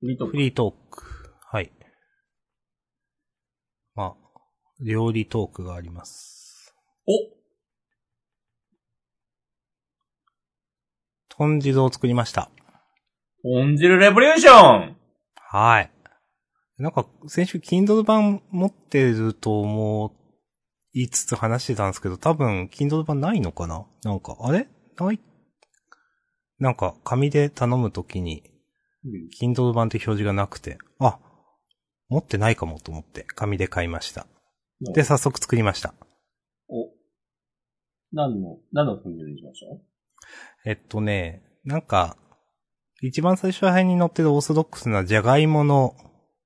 フリートーク。はい。まあ、料理トークがあります。豚汁を作りました。 豚汁レボリューション。 はい。なんか、先週 Kindle 版持ってると思いつつ話してたんですけど、多分 Kindle 版ないのかななんか、あれないなんか、紙で頼むときに、Kindle 版って表示がなくて、あ、持ってないかもと思って、紙で買いました。で、早速作りました。 何の豚汁にしました？ なんか、一番最初ら辺に載ってるオーソドックスなじゃがいもの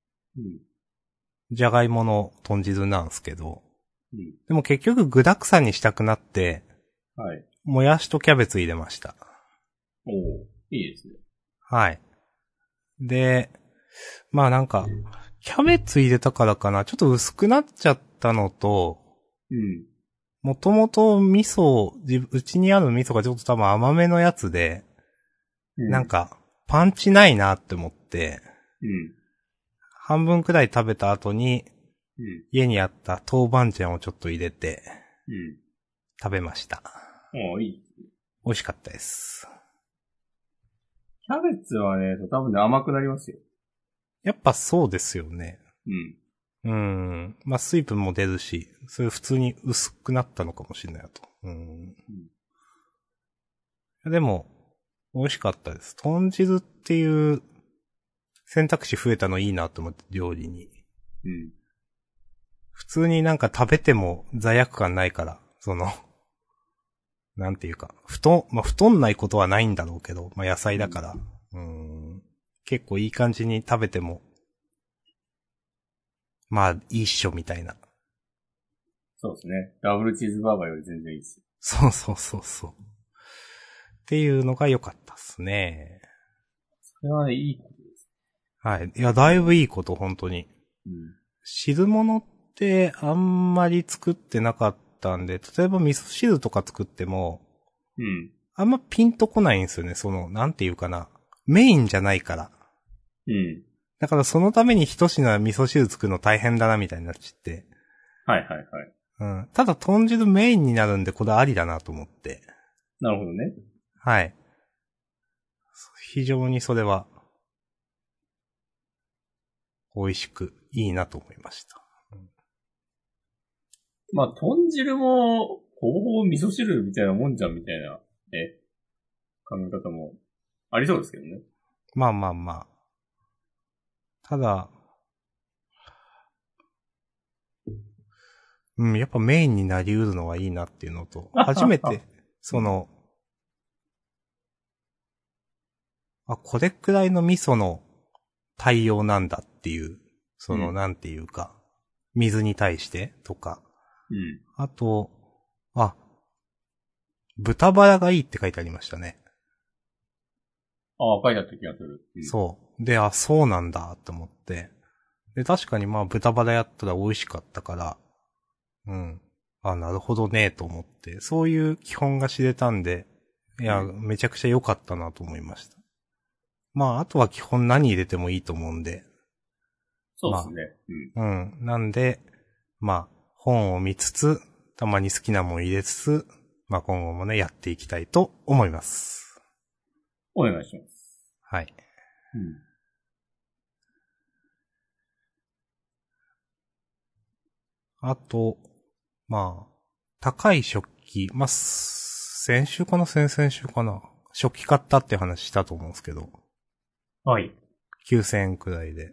豚汁なんですけど、でも結局具沢山にしたくなって、 はい。 もやしとキャベツ入れました。 いいですね。 はい。で、まあなんか、キャベツ入れたからかな、ちょっと薄くなっちゃったのと、もともと味噌、うちにある味噌がちょっと多分甘めのやつで、なんか、パンチないなって思って、半分くらい食べた後に、家にあった豆板醤をちょっと入れて、食べました。 いい。 美味しかったです。 キャベツはね、多分ね、甘くなりますよ。 やっぱそうですよね。まあ、水分も出るし、それ普通に薄くなったのかもしれないと。でも、美味しかったです。豚汁っていう選択肢増えたのいいなと思って、料理に。普通になんか食べても罪悪感ないから、なんていうか、太んないことはないんだろうけど、まあ野菜だから、結構いい感じに食べても、まあいいっしょみたいな。 そうですね。ダブルチーズバーガーより全然いいです。 そう。っていうのが良かったっすね。 それはね、いいことです。 はい。いや、だいぶいいこと、本当に。汁物ってあんまり作ってなかったんで、例えば味噌汁とか作っても、あんまピンとこないんですよね。なんていうかな。メインじゃないから。だからそのために一品味噌汁作るの大変だなみたいになっちゃって。 はい。 ただ豚汁メインになるんでこれありだなと思って。 なるほどね。 はい。非常にそれは、美味しくいいなと思いました。 まあ、豚汁も、ほぼほぼ味噌汁みたいなもんじゃんみたいな、考え方もありそうですけどね。 まあ。ただ、やっぱメインになり得るのはいいなっていうのと、初めて、これくらいの味噌の対応なんだっていう、なんていうか、水に対してとか。あと、豚バラがいいって書いてありましたね。 書いてあった気がする。 そう。で、そうなんだって思って。で、確かにまあ豚バラやったら美味しかったから、なるほどね、と思って。そういう基本が知れたんで、いや、めちゃくちゃ良かったなと思いました。まあ、あとは基本何入れてもいいと思うんで。 そうですね。 なんで、まあ、本を見つつ、たまに好きなもん入れつつ、まあ今後もね、やっていきたいと思います。 お願いします。 はい。あと、まあ、高い食器、まあ、先週かな先々週かな食器買ったって話したと思うんですけど。 はい。 9000円くらいで。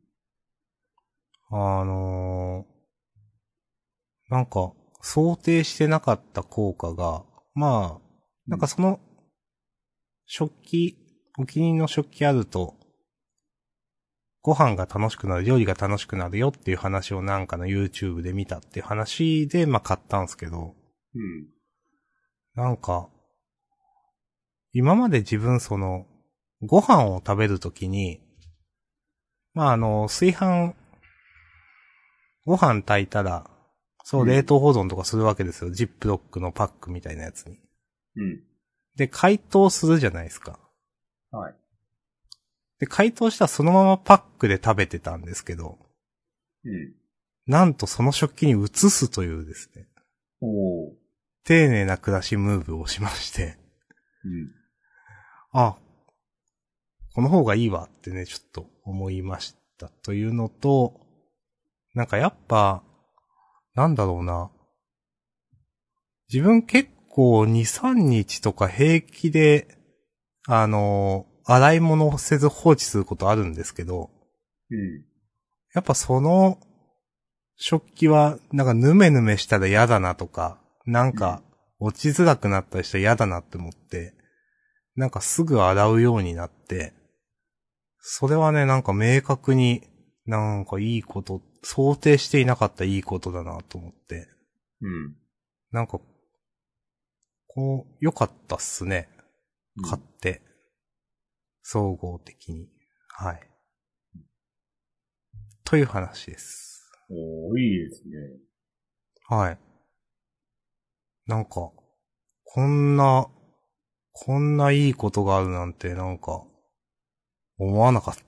なんか、想定してなかった効果が、まあ、なんか食器、お気に入りの食器あると、ご飯が楽しくなる、料理が楽しくなるよっていう話をなんかの YouTube で見たっていう話で、まあ買ったんですけど、なんか、今まで自分ご飯を食べるときに、まあ炊飯、ご飯炊いたら、冷凍保存とかするわけですよ。ジップロックのパックみたいなやつに。で、解凍するじゃないですか。 はい。 で、解凍したらそのままパックで食べてたんですけど、 うん。 なんとその食器に移すというですね、 おー。 丁寧な暮らしムーブをしまして、 うん。 あ、この方がいいわってね、ちょっと思いましたというのと、なんかやっぱ、なんだろうな。自分結構2、3日とか平気で、洗い物をせず放置することあるんですけど、 うん。 やっぱその食器は、なんかヌメヌメしたら嫌だなとか、なんか落ちづらくなったりしたら嫌だなって思って、なんかすぐ洗うようになって、それはね、なんか明確になんかいいこと、想定していなかったいいことだなと思って、 うん。 なんか、こう、良かったっすね。買って。総合的に。はい。という話です。 おー、いいですね。 はい。なんか、こんないいことがあるなんてなんか、思わなかった。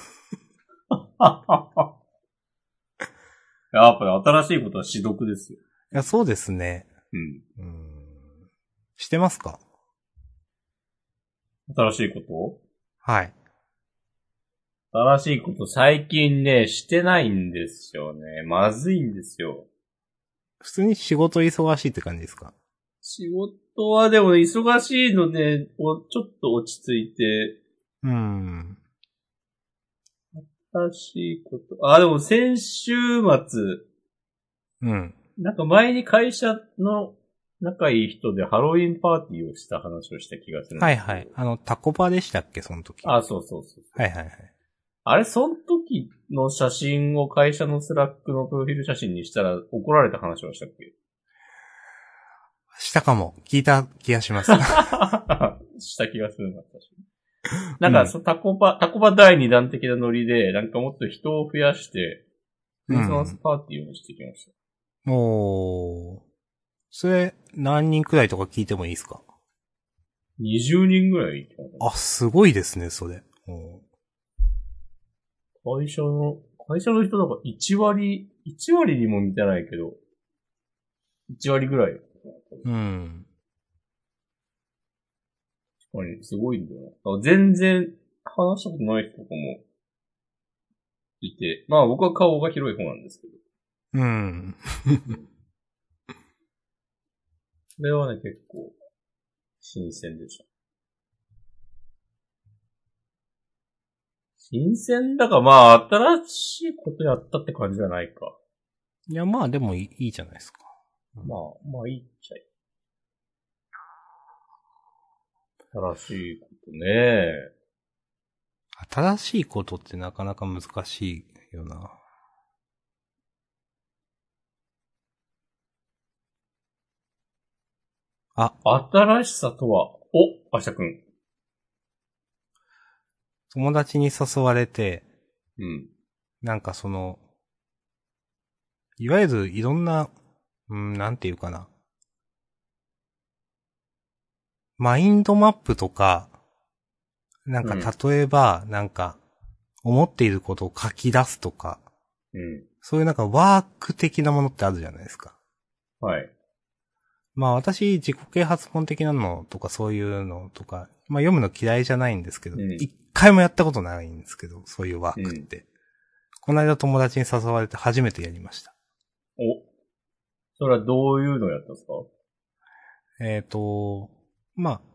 やっぱり新しいことはしどくですよ。 いや、そうですね。 うん。 してますか？ 新しいことはい。 新しいこと最近ね、してないんですよね。まずいんですよ。 普通に仕事忙しいって感じですか？ 仕事はでも忙しいので、ちょっと落ち着いて、 うーん。 新しいこと。でも先週末、 うん。 なんか前に会社の仲いい人でハロウィンパーティーをした話をした気がするんですけど。 はいはい。タコパでしたっけ、その時。 そうそうそう。 はいはいはい。 あれ、その時の写真を会社のスラックのプロフィール写真にしたら怒られた話をしたっけ？ したかも。聞いた気がします。 した気がするな、確かに。なんか、 うん。 タコパ第二弾的なノリで、なんかもっと人を増やして、クリスマスパーティーをしてきました。 おー。それ、何人くらいとか聞いてもいいですか？ 20人ぐらい行きましたね。 あ、すごいですね、それ。 会社の人なんか1割にも満たないけど、1割ぐらい。 うん。 確かに、すごいんだよな。全然話したことない人とかもいて、まあ僕は顔が広い方なんですけど。 うん。 それはね、結構、新鮮でした。新鮮だからまあ、新しいことやったって感じじゃないか。 いや、まあでもいいじゃないですか。 まあいいっちゃいい。新しいことね。 新しいことってなかなか難しいよな。 新しさとは、明日くん。 友達に誘われて、 うん。 なんかいわゆるいろんな、なんていうかな。マインドマップとか、なんか例えば、なんか、思っていることを書き出すとか、 うん。 そういうなんかワーク的なものってあるじゃないですか。 はい。 まあ私、自己啓発本的なのとかそういうのとか、まあ読むの嫌いじゃないんですけど、一回もやったことないんですけど、そういうワークって。この間友達に誘われて初めてやりました。 それはどういうのをやったんですか？ まあ、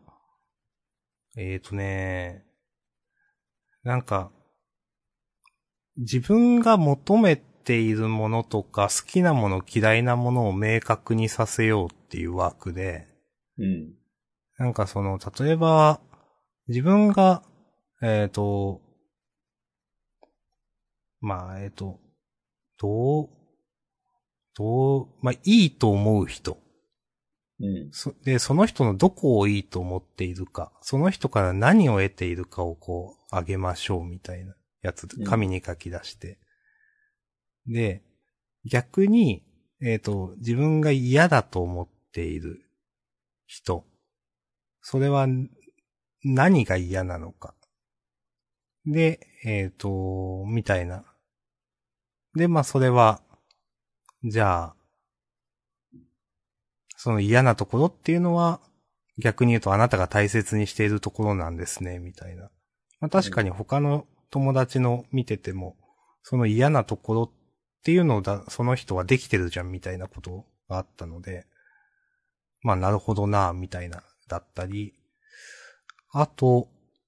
なんか、自分が求めているものとか好きなもの嫌いなものを明確にさせようっていうワークで、 うん。 なんか例えば、自分が、まあ、まあ、いいと思う人。 うん。 で、その人のどこをいいと思っているか、その人から何を得ているかをあげましょうみたいなやつ、紙に書き出して。で、逆に、自分が嫌だと思っている人。それは何が嫌なのか。 で、みたいな。で、まあそれは、じゃあ、その嫌なところっていうのは、逆に言うとあなたが大切にしているところなんですね、みたいな。まあ確かに他の友達の見てても、その嫌なところっていうのをその人はできてるじゃん、みたいなことがあったので、まあなるほどな、みたいな、だったり、あと、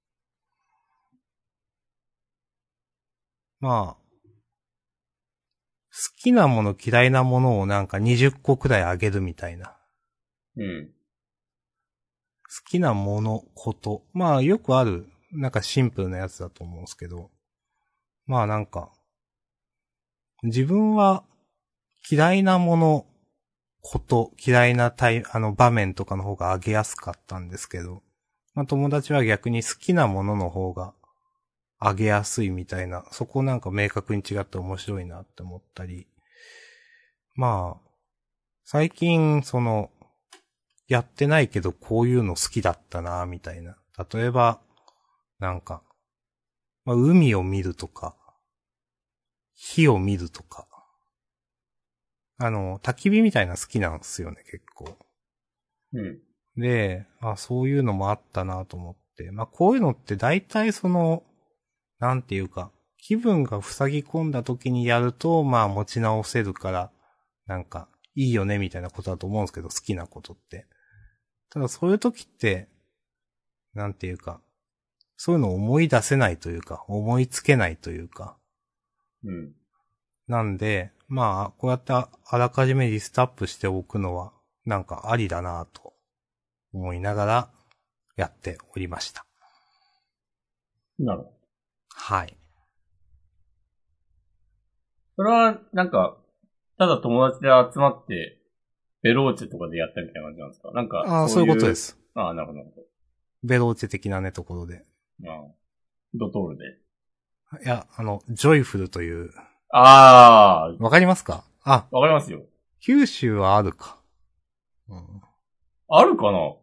まあ、好きなもの嫌いなものをなんか20個くらいあげるみたいな。 うん。 好きなもの、こと。まあよくある、なんかシンプルなやつだと思うんですけど。まあなんか、自分は嫌いなもの、こと、嫌いな場面とかの方があげやすかったんですけど。まあ友達は逆に好きなものの方があげやすいみたいな、そこなんか明確に違って面白いなって思ったり。まあ、最近やってないけどこういうの好きだったな、みたいな。例えば、なんか、まあ、海を見るとか、火を見るとか。焚き火みたいな好きなんですよね、結構。 うん。 で、そういうのもあったなと思って。まあ、こういうのって大体なんていうか、気分が塞ぎ込んだ時にやると、まあ持ち直せるから、なんか、いいよねみたいなことだと思うんですけど、好きなことって。ただそういう時って、なんていうか、そういうのを思い出せないというか、思いつけないというか。 うん。 なんで、まあ、こうやってあらかじめリストアップしておくのは、なんかありだなぁと思いながらやっておりました。 なるほど。 はい。 それは、なんか、ただ友達で集まって、ベローチェとかでやったみたいな感じなんですか？なんか、 そういうことです。 ああ、なるほど、なるほベローチェ的なね、ところで。 ど。ああ。ドトールで。 いや、ジョイフルという、 ああ、 わかりますか？ わかりますよ。 九州はあるか。うん。 あるかな？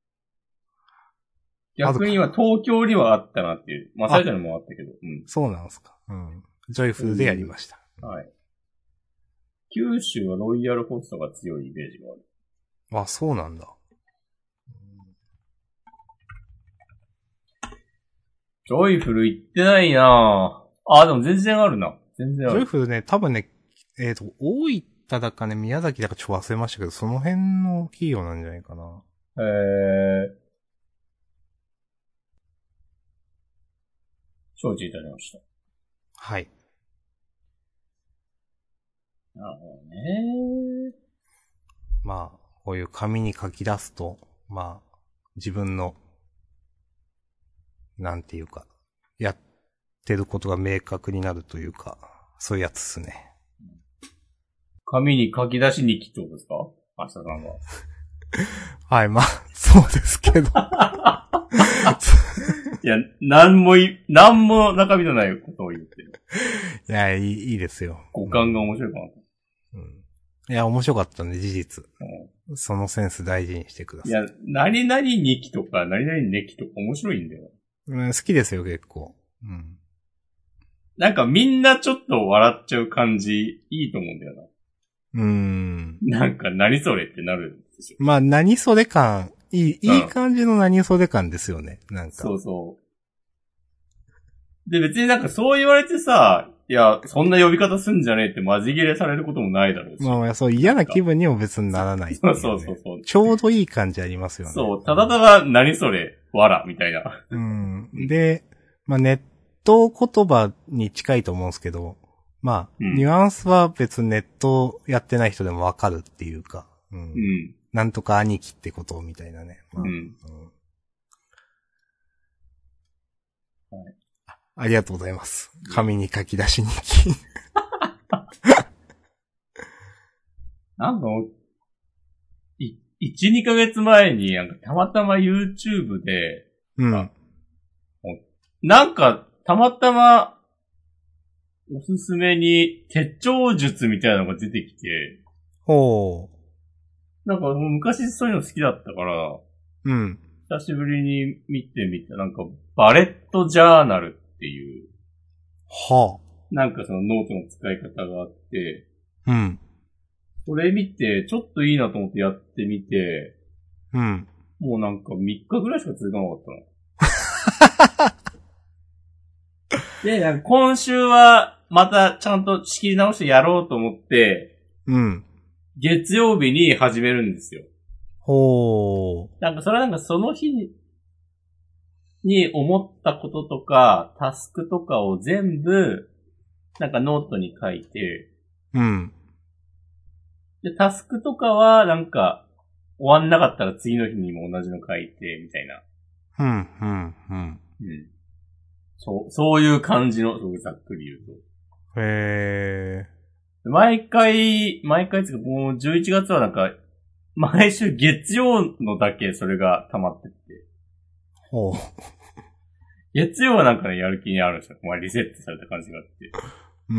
あるか。 逆には東京にはあったなっていう。まあ、埼玉にもあったけど。うん。 そうなんですか。うん。ジョイフルでやりました。 はい。九州はロイヤルホストが強いイメージがある。 そうなんだ。 ジョイフル行ってないなぁ。でも全然あるな。全然ある。 ジョイフルね、多分ね、大分だかね、宮崎だかちょっと忘れましたけど、その辺の企業なんじゃないかな。 承知いたしました。 はい。 なるほどね。 まあ、こういう紙に書き出すと、まあ、自分の、なんていうか、やってることが明確になるというか、そういうやつですね。 紙に書き出しに来ってことですか？明日さんは。 はい、まあ、そうですけど。 いや、なんも中身のないことを言ってる。 いや、いいですよ。 五感が面白いかなと。 うん。いや、面白かったんで、事実。 うん、 そのセンス大事にしてください。 いや、何々日記とか、何々日記とか面白いんだよ。 うん、好きですよ、結構。うん。 なんかみんなちょっと笑っちゃう感じ、いいと思うんだよな。なんか何それってなるんですよ。 まあ、何それ感、いい感じの何それ感ですよね、なんか。 そうそう。で、別になんかそう言われてさ、いや、そんな呼び方すんじゃねえってマジ切れされることもないだろうし。 まあ、そう嫌な気分にも別にならないっていう、ね。 そう。 ちょうどいい感じありますよね。 そう、ただただ何それ、わら、みたいな。 うん。で、まあ、ネット言葉に近いと思うんですけど、まあ、ニュアンスは別にネットやってない人でもわかるっていうか、うん。なんとか兄貴ってことみたいなね。まあ、はい、ありがとうございます。紙に書き出し日記。 なんか、1、2ヶ月前になんかたまたま YouTube で、なんかたまたまおすすめに手帳術みたいなのが出てきて、なんか昔そういうの好きだったから、久しぶりに見てみた。なんかバレットジャーナルっていう、 はなんかそのノートの使い方があって、 あ。うん。 それ見て、ちょっといいなと思ってやってみて、 うん。 もうなんか3日ぐらいしか続かなかったの。で、なんか今週はまたちゃんと仕切り直してやろうと思って、 うん。 月曜日に始めるんですよ。 ほー。 なんかそれはなんかその日に思ったこととか、タスクとかを全部、なんかノートに書いて、 うん。 で、タスクとかはなんか終わんなかったら次の日にも同じの書いて、みたいな。 うん、うん、うん。 うん。そういう感じの、すごくざっくり言うと。 へ毎回つうか、もう11月はなんか、毎週月曜のだけそれが溜まってって。 ー。ほう。 月曜はなんかね、やる気にあるんですよ。まあリセットされた感じがあって。 うん。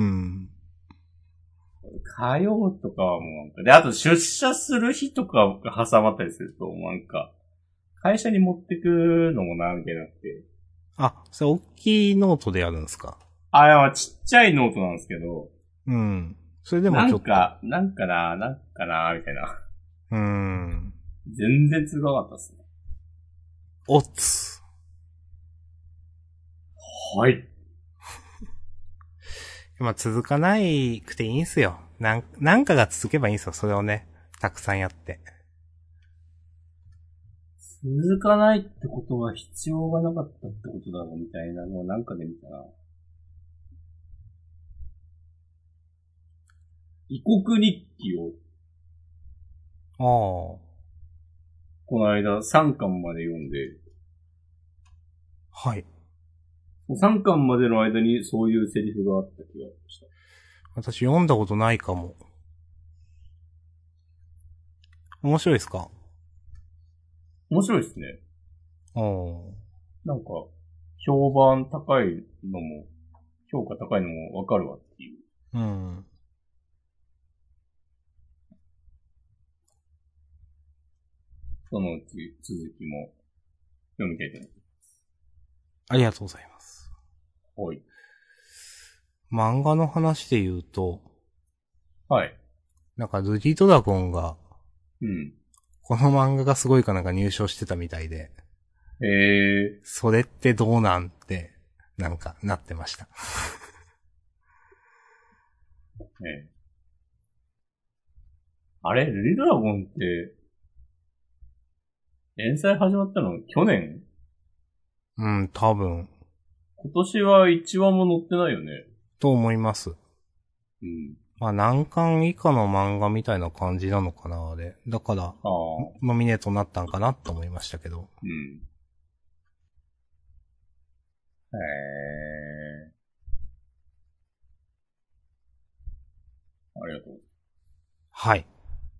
火曜とかはもうなんか、で、あと出社する日とかが挟まったりすると、なんか、会社に持ってくのもな、みたいになって。 あ、それ大きいノートでやるんですか？ あ、いや、ちっちゃいノートなんですけど、 うん。それでもちょっと。 なんかな、みたいな。 全全然続かなかったっすね。 おつ。 はい。 まあ続かないくていいんすよ。なんかが続けばいいんすよ。それをね、たくさんやって。 続かないってことは必要がなかったってことだろうみたいなのをなんかで見たな。異国日記を、 ああ。 この間3巻まで読んで、 はい。 3巻までの間にそういうセリフがあった気がした。 私読んだことないかも。面白いですか？ 面白いですね。 ああ。 なんか、評判高いのも、評価高いのもわかるわっていう。 うん。 そのうち続きも読みたいと思いありがとうございます。 ます。はい。 漫画の話で言うと、 はい。 なんかルディドラゴンが、 うん。 この漫画がすごいかなんか入賞してたみたいで、 へそれってどうなんて、なんかなってました。 ね。あれ、ルリドラゴンって、連載始まったの去年？ うん、多分、 今年は1話も載ってないよね。 と思います。 うん。 まあ何巻以下の漫画みたいな感じなのかな、あれ。だから、 ああ。 ノミネートになったんかなと思いましたけど。 うん。へえ。ありがとう。 はい。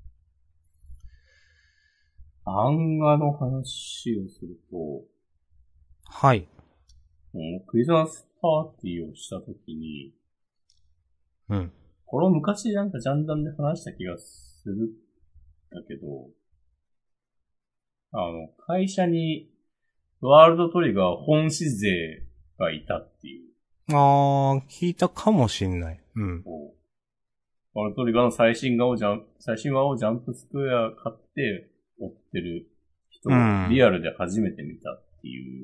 漫画の話をすると、 はい。 クリスマスパーティーをしたときに、 うん。 これを昔なんかジャンダンで話した気がするんだけど、会社にワールドトリガー本誌勢がいたっていう。 あー、聞いたかもしんない。うん。 ワールドトリガーの最新話をジャンプスクエア買って追ってる人をリアルで初めて見たっていう。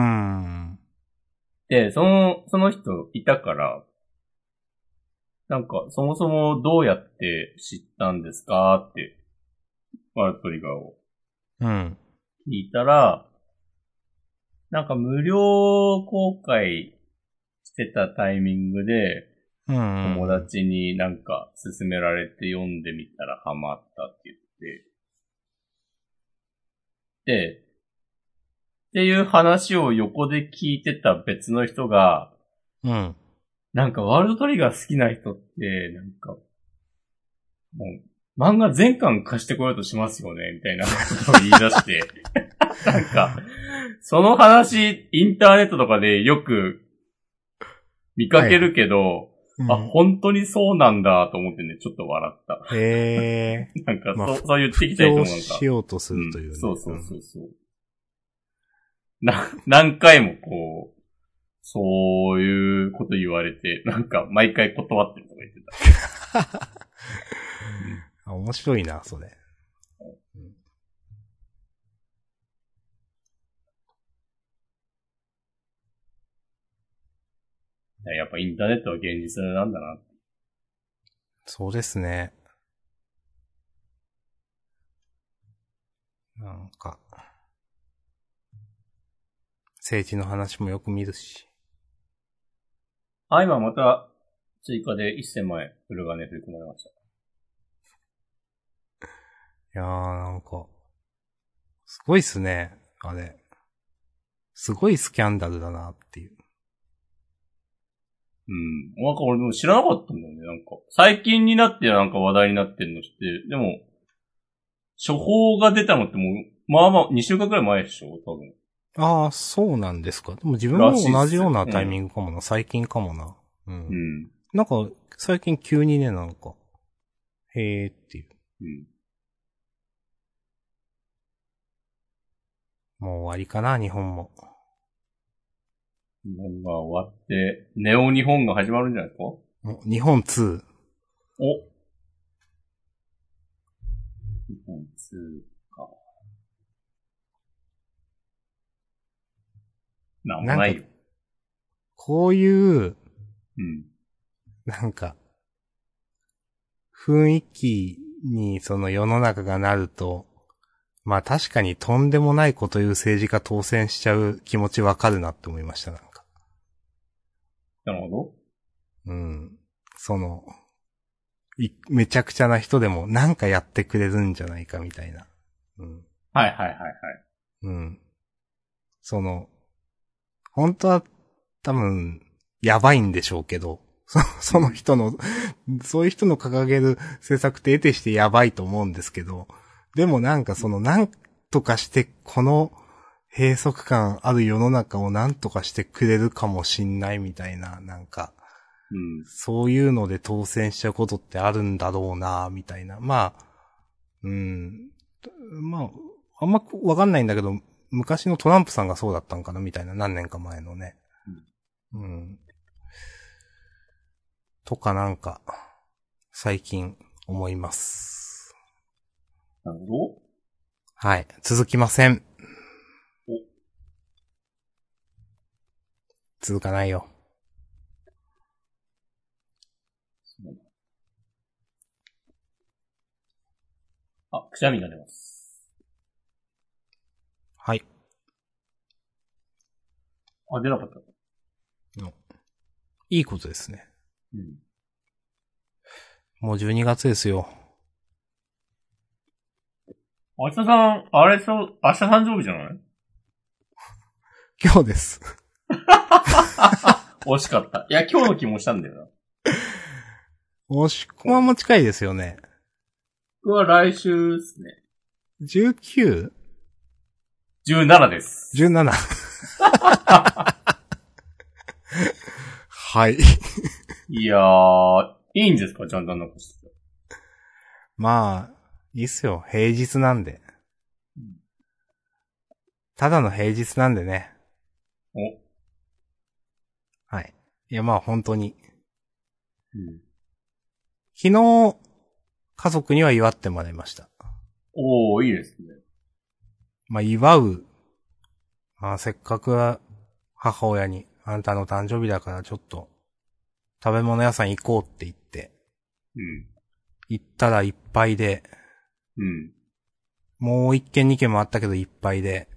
で、その人いたから、なんか、そもそもどうやって知ったんですかって、ワールドトリガーを聞いたら、なんか無料公開してたタイミングで、友達になんか勧められて読んでみたらハマったって言って、で、っていう話を横で聞いてた別の人が、なんかワールドトリガー好きな人って、なんか、もう、漫画全巻貸してこようとしますよね、みたいなことを言い出して、なんか、その話、インターネットとかでよく見かけるけど、あ、本当にそうなんだと思ってね、ちょっと笑った。なんか、まあ、そう言ってきた人もなんか。 しようとするという、ねそう。何回もこう、 そういうこと言われて、なんか毎回断ってるとか言ってた。面白いな、それ。 やっぱインターネットは現実なんだな。 そうですね。なんか、政治の話もよく見るし。 今また追加で1000万円フルがね振り込まれました。 いやーなんか、すごいっすね、あれ。すごいスキャンダルだなっていう。 なんか俺も知らなかったんだよね、なんか。最近になってなんか話題になってるのして、でも、処方が出たのってもう、まあまあ2週間くらい前でしょ、多分。 ああ、そうなんですか。でも自分も同じようなタイミングかもな、最近かもな。なんか、最近急にね、なんか、へーっていう。もう終わりかな、日本も。 日本が終わって、ネオ日本が始まるんじゃないですか？ 日本2。 お。日本2か。なんもないよ。 こういう、なんか、雰囲気にその世の中がなると、まあ確かにとんでもないこと言う政治家当選しちゃう気持ちわかるなって思いました、なんか。 なるほど。その、めちゃくちゃな人でもなんかやってくれるんじゃないかみたいな。 はいはいはいはい。 その、本当は多分、やばいんでしょうけど、その人の、そういう人の掲げる政策って得てしてやばいと思うんですけど、でもなんかなんとかしてこの閉塞感ある世の中をなんとかしてくれるかもしんないみたいな、なんか、そういうので当選しちゃうことってあるんだろうな、みたいな。まあ、まあ、あんまわかんないんだけど、昔のトランプさんがそうだったんかな、みたいな、何年か前のね。とかなんか、最近思います。 なるほど。 はい。続きません。続かないよ。 くしゃみが出ます。 はい。 出なかった。 いいことですね。もう12月ですよ。 明日さん、あれそう、明日誕生日じゃない？ 今日です。 惜しかった。いや、今日の気もしたんだよな。 惜しくも近いですよね。 僕は来週ですね。 19？ 17です。 17。はい。 いやー、いいんですかちゃんと残して。 まあ、いいっすよ。平日なんで。ただの平日なんでね。はい。いや、まあ本当に。昨日、家族には祝ってもらいました。 いいですね。 まあ祝う。まあせっかく母親に、あんたの誕生日だからちょっと、食べ物屋さん行こうって言って。行ったらいっぱいで。もう一軒二軒もあったけどいっぱいで。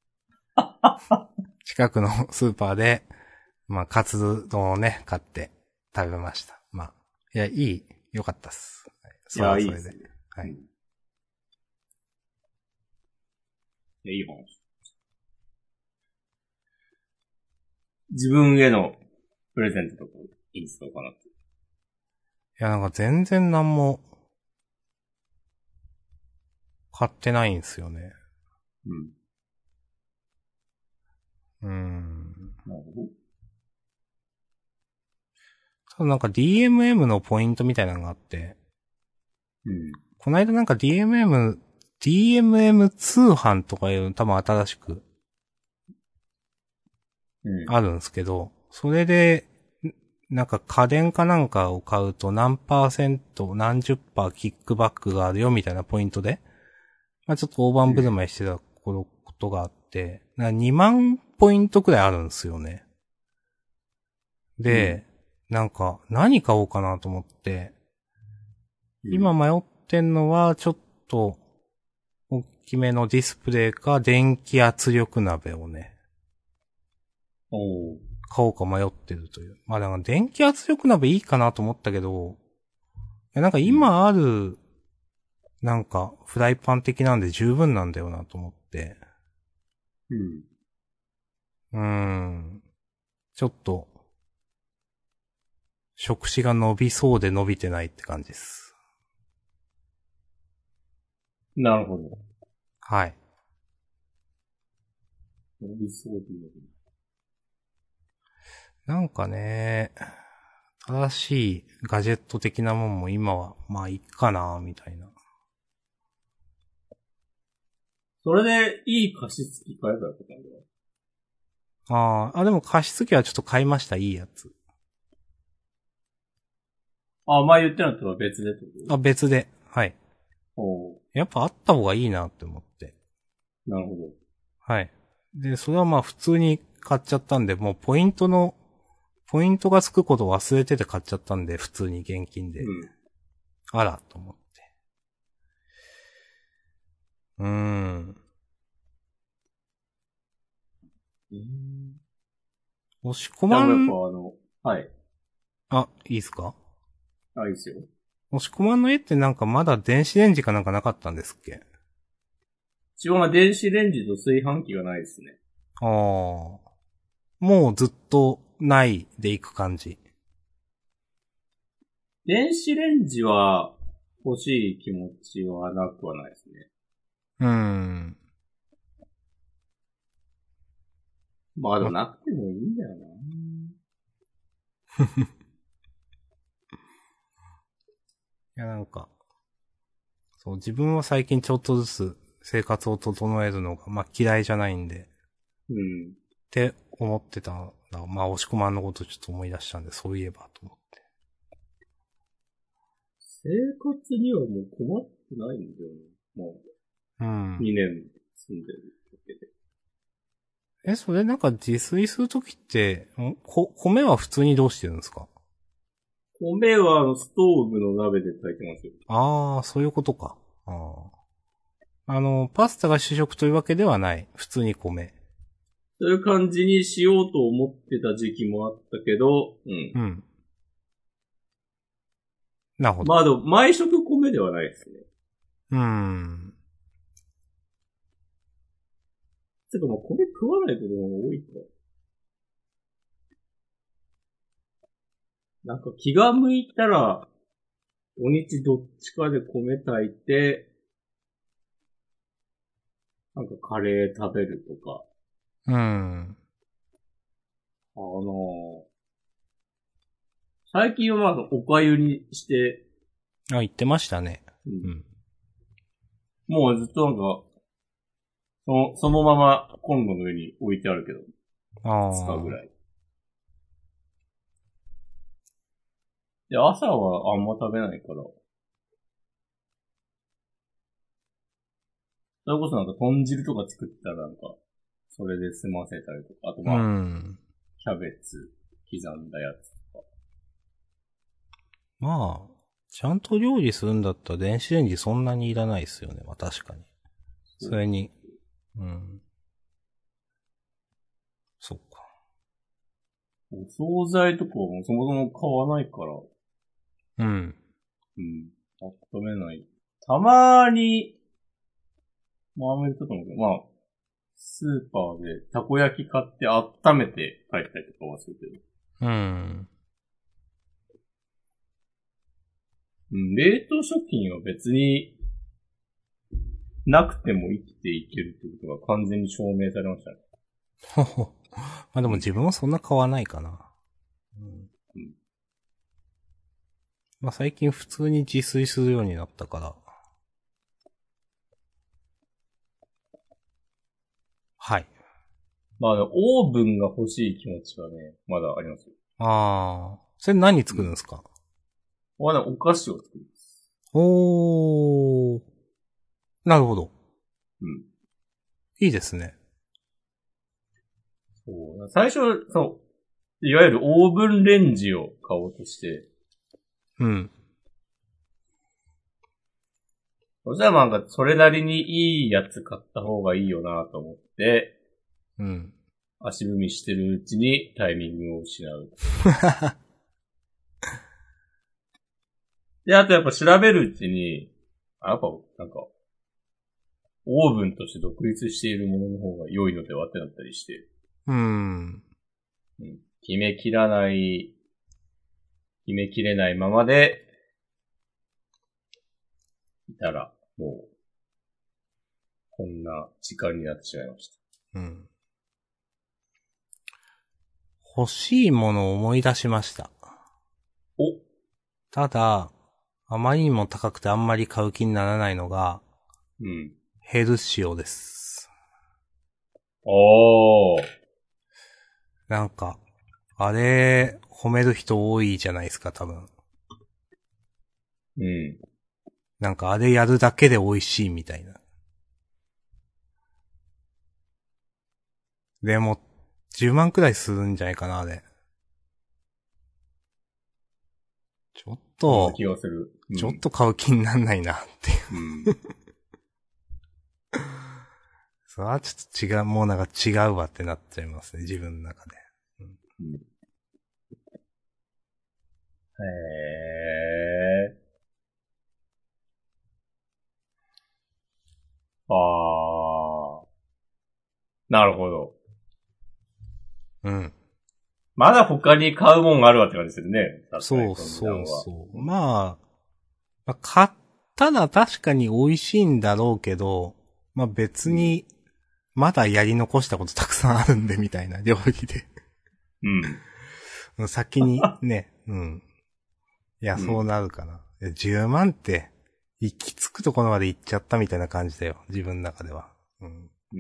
近くのスーパーで、まあカツ丼をね、買って食べました。まあ、いや、良かったっす。 いや、いいですね。 はい。 いい話。自分へのプレゼントとかいいんですかなって。 いや、なんか全然何も買ってないんですよね。 なるほど。 ただなんか DMM のポイントみたいなのがあって。この間なんか DMM 通販とかいう多分新しくあるんですけど、それで、なんか家電かなんかを買うと何%、何十パーキックバックがあるよみたいなポイントで、まあちょっと大盤振る舞いしてたことがあって、2万ポイントくらいあるんですよね。で、なんか何買おうかなと思って、今迷ってんのはちょっと大きめのディスプレイか電気圧力鍋をね、買おうか迷ってるという。まあだから電気圧力鍋いいかなと思ったけど、なんか今ある、なんかフライパン的なんで十分なんだよなと思って。ちょっと、触手が伸びそうで伸びてないって感じです。 なるほど。 はい。 伸びそうで伸びない。 なんかね、正しいガジェット的なもんも今は、まあいいかな、みたいな。 それでいい加湿器買えばよかったんだよ。 でも加湿器はちょっと買いました、いいやつ。 前言ってなかったら別でってこと？ 別で。はい。やっぱあった方がいいなって思って。 なるほど。 はい。で、それはまあ普通に買っちゃったんで、もうポイントがつくことを忘れてて買っちゃったんで、普通に現金で。あら、と思って。押し込まん。 はい。 いいっすか？ いいっすよ。 押し込まんの絵ってなんかまだ電子レンジかなんかなかったんですっけ？ 一応電子レンジと炊飯器がないですね。 もうずっとないでいく感じ。 電子レンジは欲しい気持ちはなくはないですね。まあでもなくてもいいんだよな。 いやなんか、そう、自分は最近ちょっとずつ生活を整えるのが、まあ嫌いじゃないんで。って思ってたら、まあ押し込まんのことちょっと思い出したんで、そういえばと思って。 生活にはもう困ってないんだよね。もう。2年住んでるだけで。 それなんか自炊するときって、米は普通にどうしてるんですか？ 米はストーブの鍋で炊いてますよ。 そういうことか。パスタが主食というわけではない。普通に米。 そういう感じにしようと思ってた時期もあったけど、 なるほど。 まあでも、毎食米ではないですね。てかまあ米食わないことの方が多いか。なんか気が向いたら、土日どっちかで米炊いて、なんかカレー食べるとか。最近はまあお粥にして。 言ってましたね。 もうずっとなんか、そのままコンロの上に置いてあるけど。2日ぐらい。で、朝はあんま食べないから。それこそなんか豚汁とか作ったらなんか、それで済ませたりとか。あとまあ、キャベツ刻んだやつとか。 まあ、ちゃんと料理するんだったら電子レンジそんなにいらないですよね。まあ確かに。それに、そっか。 お惣菜とかもそもそも買わないから。温めない。たまに、マーメンとかも、まあ、スーパーでたこ焼き買って温めて帰ったりとかはするけど。冷凍食品は別になくても生きていけるってことが完全に証明されましたね。 まあでも自分はそんな買わないかな。まあ最近普通に自炊するようになったから。はい。 まあ、オーブンが欲しい気持ちはね、まだありますよ。 ああ。それ何作るんですか？ まだお菓子を作ります。 おー。なるほど。 うん。 いいですね。 そう。最初、そう。いわゆるオーブンレンジを買おうとして。 うん。 そしたらなんか、それなりにいいやつ買った方がいいよなと思って、 うん。 足踏みしてるうちにタイミングを失う。で、あとやっぱ調べるうちに、やっぱなんか、オーブンとして独立しているものの方が良いのではってなったりして。 うん。 うん、決めきれないままで、いたら、もう、こんな時間になってしまいました。 うん。欲しいものを思い出しました。 おただ、あまりにも高くてあんまり買う気にならないのが、 うん。 ヘルシオです。 おー。 なんか、あれ、褒める人多いじゃないですか、多分。 うん。 なんかあれやるだけで美味しいみたいな。でも、10万くらいするんじゃないかな、あれ。ちょっと、 気がする。うん、 ちょっと買う気になんないな、っていう。 うん。 それはちょっと違う、もうなんか違うわってなっちゃいますね、自分の中で。 うん、へー。あー。なるほど。 うん。 まだ他に買うもんがあるわって感じするね。 そうそうそう。まあ、買ったら確かに美味しいんだろうけど、まあ別に、まだやり残したことたくさんあるんで、みたいな、料理で。 うん。 先にね、うん。いや、そうなるかな。10万って、行き着くところまで行っちゃったみたいな感じだよ。自分の中では。うん。 うん。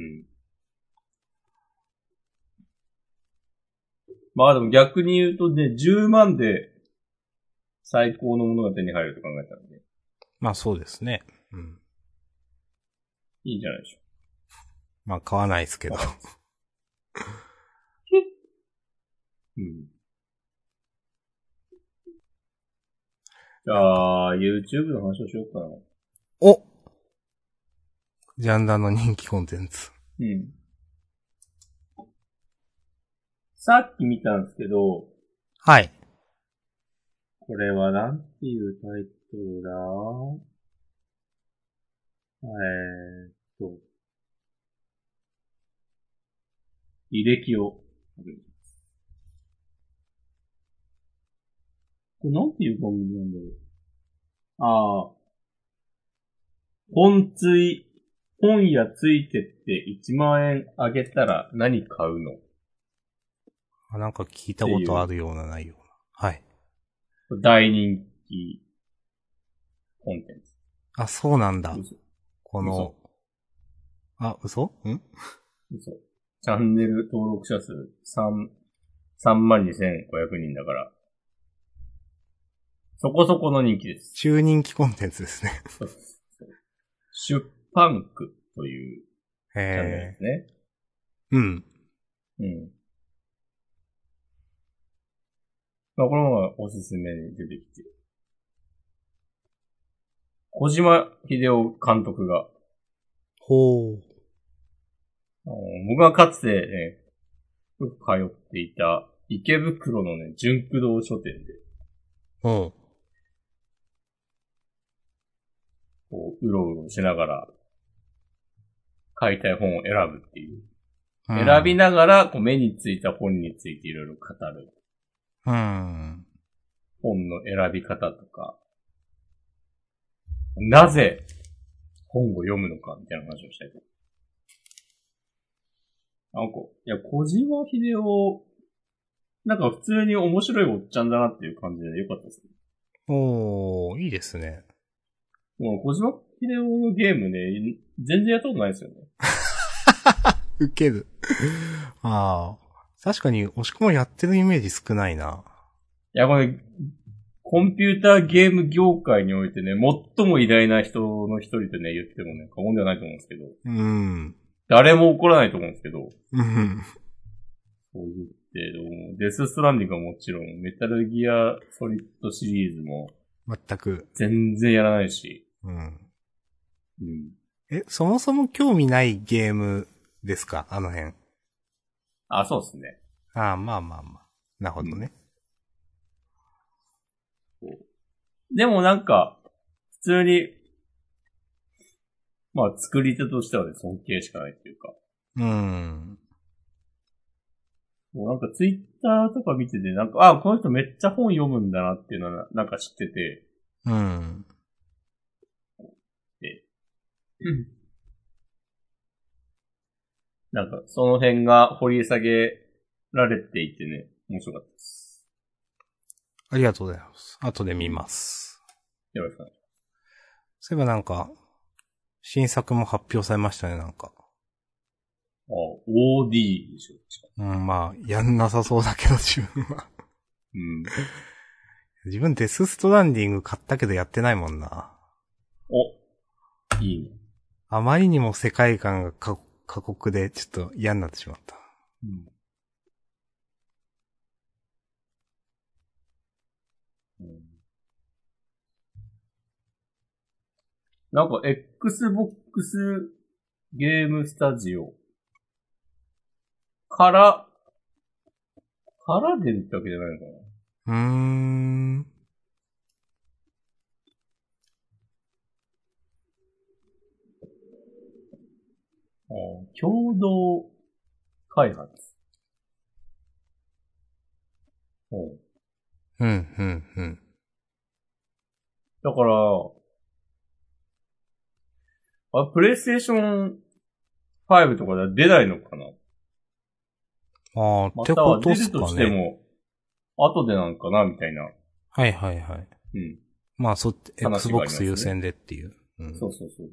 まあでも逆に言うとね、10万で最高のものが手に入ると考えたらね。 まあそうですね。うん。 いいんじゃないでしょまあ買わないですけど。 う。うん。じゃあ、YouTube の話をしようかな。 おジャンダンの人気コンテンツ。 うん。さっき見たんですけど、 はい。 これはなんていうタイトルだと、履歴を。これなんていう番組なんだろう。ああ、本屋ついてって1万円あげたら何買うのっなんか聞いたことあるような内容。はい。 大人気コンテンツ。 あ、そうなんだ。 嘘。 この、嘘嘘。チャンネル登録者数32,500人だから、そこそこの人気です。 中人気コンテンツですね。 そう出版区というチャンネルですね。 うん。 うん。まあ、このままおすすめに出てきて。小島秀夫監督が、 ほう。 僕がかつてね、よく通っていた池袋のね、純駆動書店で、 うん。 こう、うろうろしながら、買いたい本を選ぶっていう。選びながら、こう、目についた本についていろいろ語る。 うん。 本の選び方とか、なぜ本を読むのかみたいな話をしたいと。なんか、いや、小島秀夫、なんか普通に面白いおっちゃんだなっていう感じでよかったですね。 おー、いいですね。 もう小島秀夫のゲームね、全然やったことないですよね。 ウケる。ああ。確かに、押し込まやってるイメージ少ないな。 いや、これ、コンピューターゲーム業界においてね、最も偉大な人の一人でね、言ってもね、過言ではないと思うんですけど。 うん。 誰も怒らないと思うんですけど。 うん。 そう言って、デスストランディングはもちろん、メタルギアソリッドシリーズも、 全く。 全然やらないし。 うん。 うん。 そもそも興味ないゲームですかあの辺。 あ、そうですね。 ああ、まあまあまあ。なるほどね。 でもなんか、普通に、まあ作り手としてはね、尊敬しかないっていうか。もうなんかツイッターとか見てて、なんか、あ、この人めっちゃ本読むんだなっていうのはなんか知ってて。で、なんかその辺が掘り下げられていてね、面白かったです。 ありがとうございます。後で見ます。 よろしくお願いします。 そういえばなんか、新作も発表されましたね、なんか。 OD でしょ。 まあ、やんなさそうだけど、自分は。自分デスストランディング買ったけどやってないもんな。 いいね。 あまりにも世界観が過酷で、ちょっと嫌になってしまった。 なんか Xbox ゲームスタジオから出るってわけじゃないのかな。共同開発。だから、プレイステーション5とかでは出ないのかな。 ってことっすかね。 出るとしても、後でなんかな、みたいな。 はいはいはい。まあXbox 優先でっていう。 そう。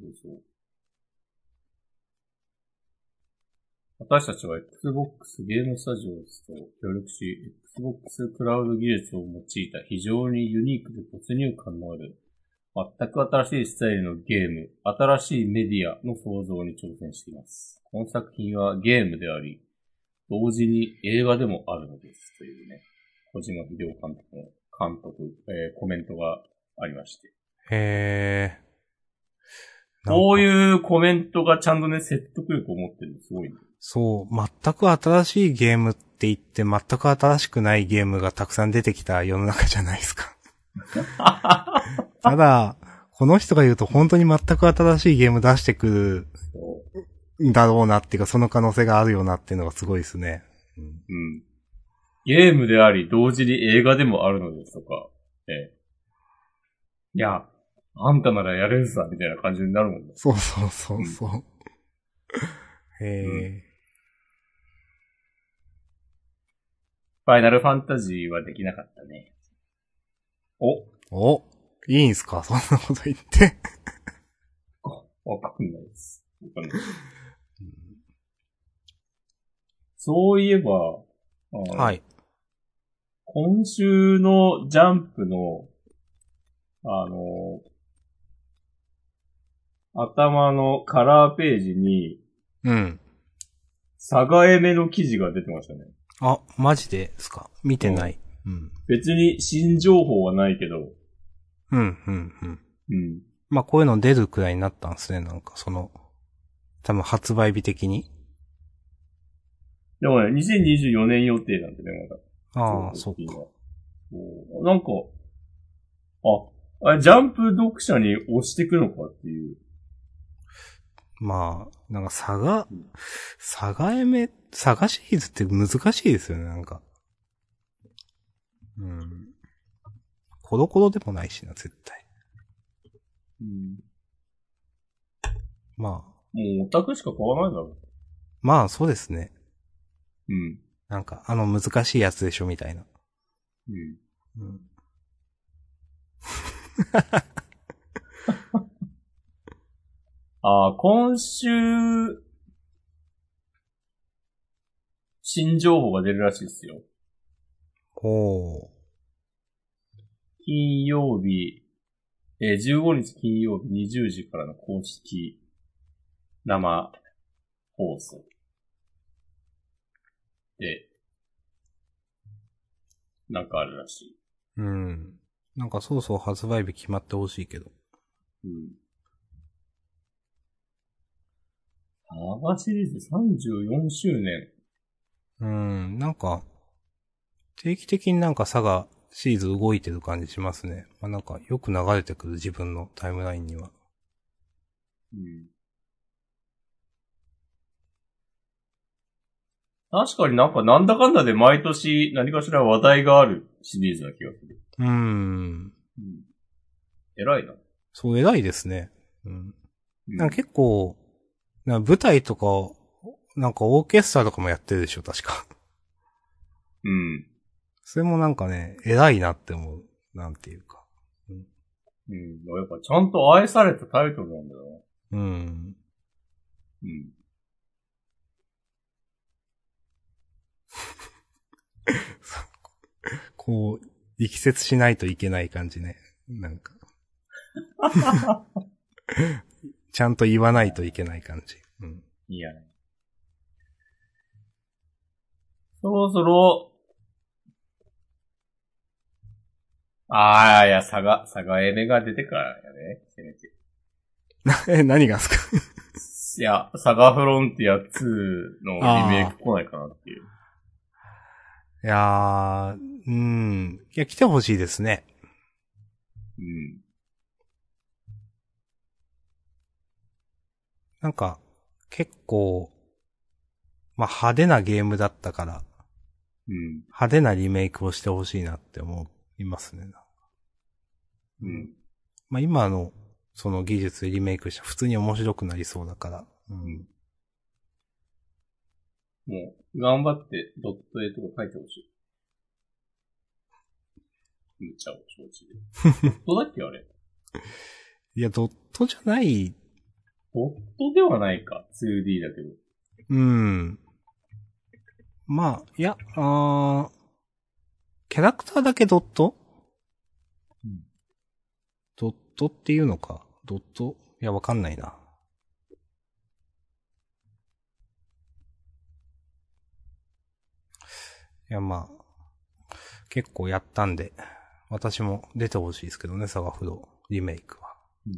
私たちは Xbox ゲームスタジオと協力し、Xbox クラウド技術を用いた非常にユニークで没入感のある、全く新しいスタイルのゲーム、新しいメディアの創造に挑戦しています。この作品はゲームであり、同時に映画でもあるのです。というね、小島秀夫監督のコメントがありまして。 へー。 こういうコメントがちゃんとね、説得力を持ってるのすごいね。 そう、全く新しいゲームって言って、全く新しくないゲームがたくさん出てきた世の中じゃないですか。ただ、この人が言うと本当に全く新しいゲーム出してくるんだろうなっていうか、その可能性があるよなっていうのがすごいですね。 ゲームであり、同時に映画でもあるのですとか、いや、あんたならやれるさ、みたいな感じになるもんね。 そう。 ファイナルファンタジーはできなかったね。 いいんすかそんなこと言って。 わかんないです。そういえば、 はい。 今週のジャンプの、頭のカラーページに、サガエメの記事が出てましたね。 マジですか見てない。 別に新情報はないけど。 まあこういうの出るくらいになったんですね、なんか多分発売日的に。 でもね、2024年予定なんでね、まだ。そっか。 なんか、ジャンプ読者に押してくのかっていう。 まあ、なんかサガエメシリーズって難しいですよね、なんか。コロコロでもないしな、絶対。まあ。もうオタクしか買わないだろう。 まあ、そうですね。なんか、難しいやつでしょ、みたいな。 今週新情報が出るらしいですよ。金曜日、15日金曜日20時からの公式生放送で、なんかあるらしい。 うん。なんかそろそろ発売日決まってほしいけど。 うん。サガシリーズ34周年。 なんか、定期的になんかサガシリーズ動いてる感じしますね。まあ、なんかよく流れてくる自分のタイムラインには。 うん。確かになんだかんだで毎年何かしら話題があるシリーズな気がする。うん。偉いな。 そう、偉いですね。なんか結構、なんか舞台とか、なんかオーケストラとかもやってるでしょ、確か。 うん。 それもなんかね、偉いなって思う。なんていうか。 やっぱちゃんと愛されたタイトルなんだよな。 こう、力説しないといけない感じね。なんか。ちゃんと言わないといけない感じ。 いや。そろそろ、いや、サガエメが出てからやね。せめて。 何がですか？ いや、サガフロンティア2のリメイク来ないかなっていう。 いや、来てほしいですね。なんか、結構、まあ、派手なゲームだったから、派手なリメイクをしてほしいなって思いますね。まあ、今の、その技術でリメイクしたら普通に面白くなりそうだから。 もう、頑張ってドット絵とか書いてほしい。むちゃを承知で。ドットだっけあれ。 いや、ドットじゃない。 ドットではないか。2D だけど。 まあ、いや、キャラクターだけドット？ドットっていうのか。ドット？いや、わかんないな。いや、まあ、結構やったんで、私も出てほしいですけどね、サガフロリメイクは。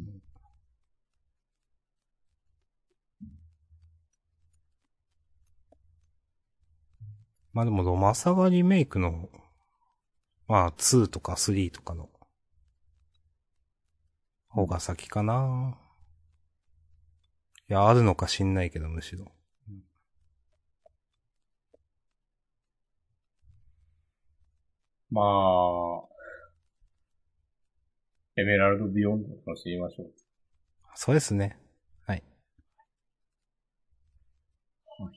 まあでもロマサガリメイクの、まあ2とか3とかの方が先かな。いや、あるのか知んないけど、むしろ。 まあ、エメラルドビヨンドを知りましょう。 そうですね。はい。 はい。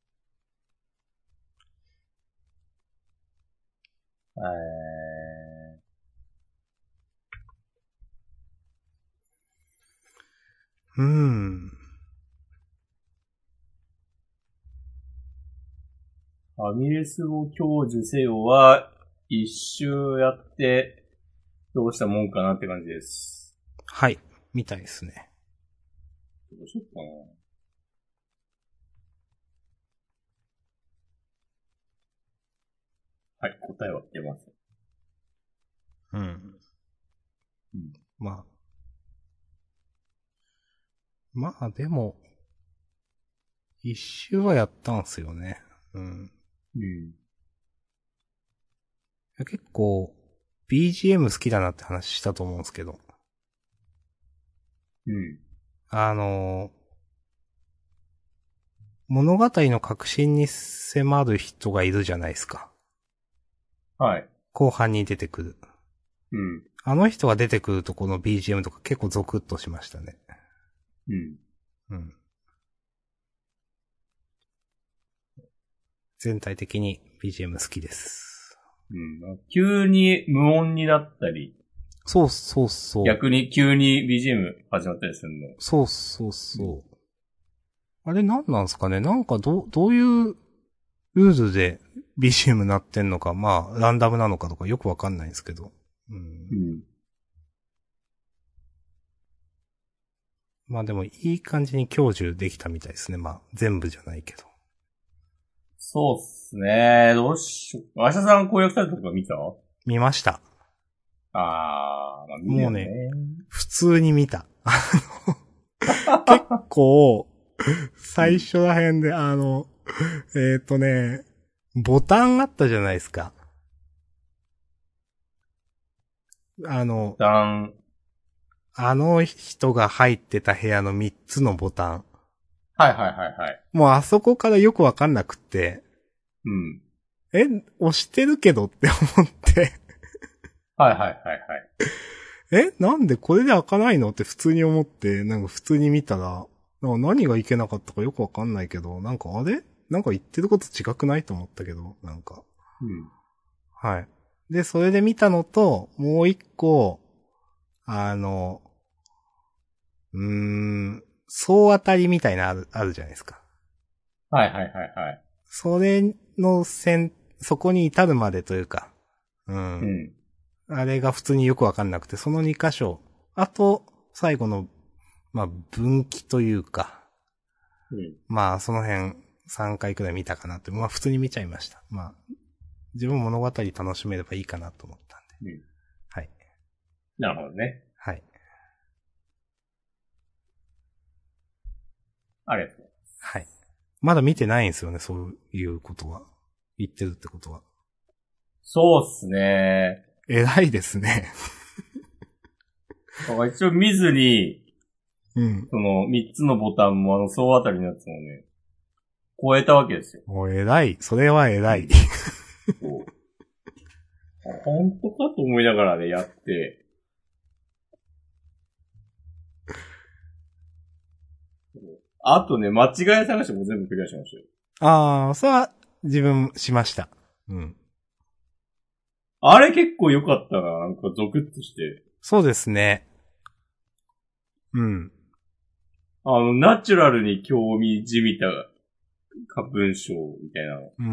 ファミレスを享受せよは、一周やって、どうしたもんかなって感じです。 はい。みたいですね。 どうしよっかな。はい、答えは出ません。 まあでも、一周はやったんすよね。結構、BGM 好きだなって話したと思うんですけど。物語の核心に迫る人がいるじゃないですか。 はい。 後半に出てくる。あの人が出てくるとこの BGM とか結構ゾクッとしましたね。全体的に BGM 好きです。 急に無音になったり。 そうそうそう。 逆に急に BGM 始まったりするの。 そうそうそう。あれ何なんすかね、なんかどういうルールで BGM 鳴ってんのか、まあ、ランダムなのかとかよくわかんないんですけど。うん。まあでもいい感じに享受できたみたいですね。まあ、全部じゃないけど。 そうっすね。どうしよう。明日さん攻略されたとか見た？ 見ました。 まあ見るよね。 もうね、普通に見た。結構、最初ら辺で、ボタンあったじゃないですか。あの人が入ってた部屋の3つのボタン。 はいはいはいはい。 もうあそこからよくわかんなくって。 うん。 押してるけどって思ってはいはいはいはい。 なんでこれで開かないのって普通に思って、なんか普通に見たら、なんか何がいけなかったかよくわかんないけど、なんかあれなんか言ってること違くないと思ったけど、なんか。 うん。 はい。で、それで見たのと、もう一個、総当たりみたいなあるじゃないですか。 はいはいはいはい。 それのそこに至るまでというか、うん。 うん。 あれが普通によくわかんなくて、その2箇所、あと、最後の、まあ、分岐というか、 うん。 まあ、その辺3回くらい見たかなって、まあ、普通に見ちゃいました。まあ、自分物語楽しめればいいかなと思ったんで。 うん。 はい。 なるほどね。 はい。 ありがとう。 はい。まだ見てないんですよね、そういうことは。言ってるってことは。 そうっすね。 偉いですね。 だから一応見ずに、 うん。 その3つのボタンも総当たりのやつもね、超えたわけですよ。 もう偉い。それは偉い。 そう。本当かと思いながらね、やって。あとね、間違い探しも全部クリアしましたよ。 ああ、それは自分しました。うん。 あれ結構良かったな。なんかゾクッとして。 そうですね。うん。 ナチュラルに興味じみた文章みたいなの。 うん。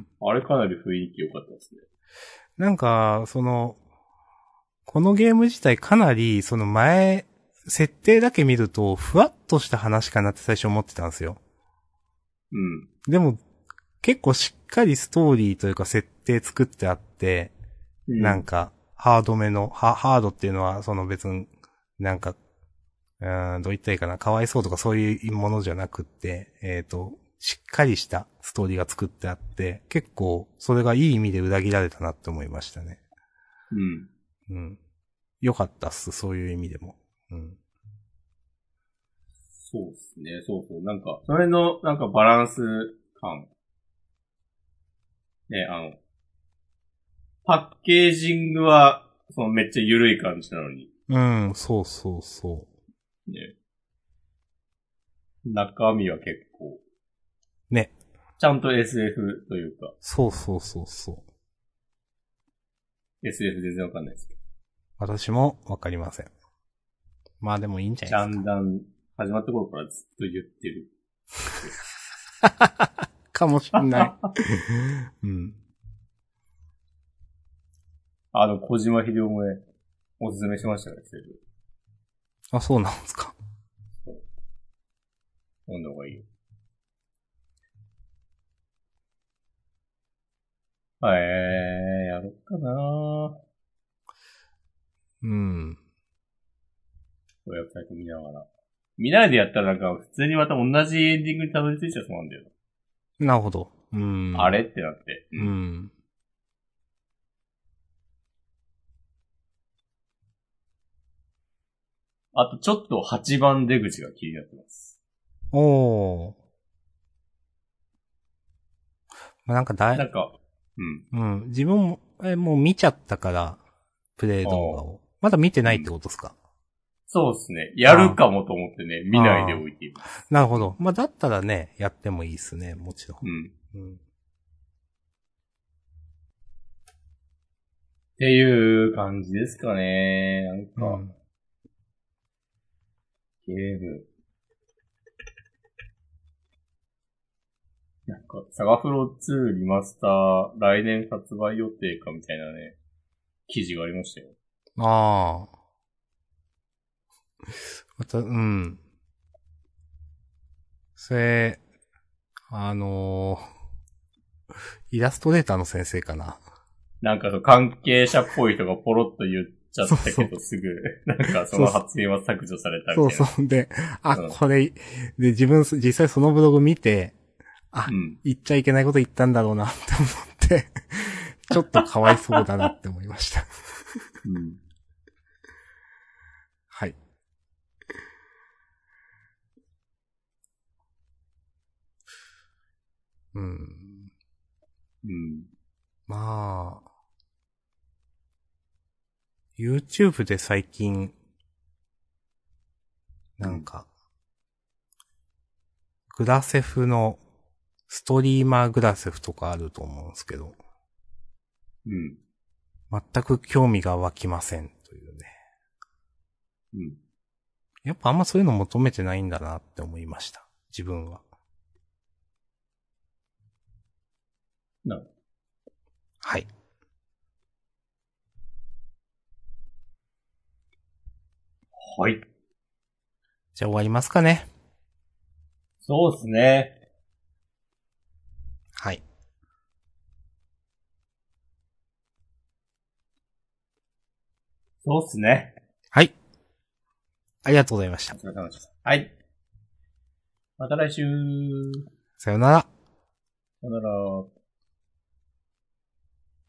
あれかなり雰囲気良かったですね。 なんか、このゲーム自体かなり、設定だけ見ると、ふわっとした話かなって最初思ってたんですよ。 うん。 でも、結構しっかりストーリーというか設定作ってあって、 うん。 なんか、ハードっていうのは、別に、なんか、どう言ったらいいかな、かわいそうとかそういうものじゃなくって、しっかりしたストーリーが作ってあって、結構、それがいい意味で裏切られたなって思いましたね。 うん。 うん。よかったっす、そういう意味でも。うん。 そうですね。そうそう。なんか、それの、なんかバランス感。ね、パッケージングは、めっちゃ緩い感じなのに。 うん、そうそうそね。中身は結構。 う。ね。 ちゃんと SF というか。 そうそうそうそう。 SF 全然わかんないですけど。 私もわかりません。まあでもいいんじゃないですか。 ジャンダン、始まった頃からずっと言ってる。 かもしんない。うん。 小島秀夫もね、おすすめしましたね、SF。 あ、そうなんですか。 読んだ方がいいよ。やろっかな。 うん。 ウェブサイト見ながら。見ないでやったらなんか普通にまた同じエンディングにたどり着いちゃそうなんだよ。 なるほど。うん。 あれってなって。 うん。 あとちょっと8番出口が気になってます。 おー。まあ、 なんか、 うん。自分も、もう見ちゃったから、プレイ動画を。まだ見てないってことですか？ そうですね。やるかもと思ってね、見ないでおいています。 なるほど。まあ、だったらね、やってもいいですね、もちろん。 うん。 うん。 っていう感じですかね。なんか、 うん。 ゲーム。 なんか、サガフロ2リマスター、来年発売予定かみたいなね、記事がありましたよ。 ああ。また、うん。それ、イラストレーターの先生かな。 なんか関係者っぽい人がポロッと言っちゃったけど、すぐ、なんかその発言は削除されたみたいな。 そうそう。で、これ、で、実際そのブログ見て、言っちゃいけないこと言ったんだろうなって思って、ちょっとかわいそうだなって思いました。 うん。 はい。うん。まあ、YouTube で最近、なんか、グラセフの、ストリーマーグラセフとかあると思うんですけど、 うん。 全く興味が湧きませんというね。 うん。 やっぱあんまそういうの求めてないんだなって思いました。自分は。はい。 はい。 じゃあ終わりますかね。 そうですね。 はい。 そうですね。 はい。ありがとうございました。 お疲れ様でした。はい。また来週。 さよなら。 さよなら。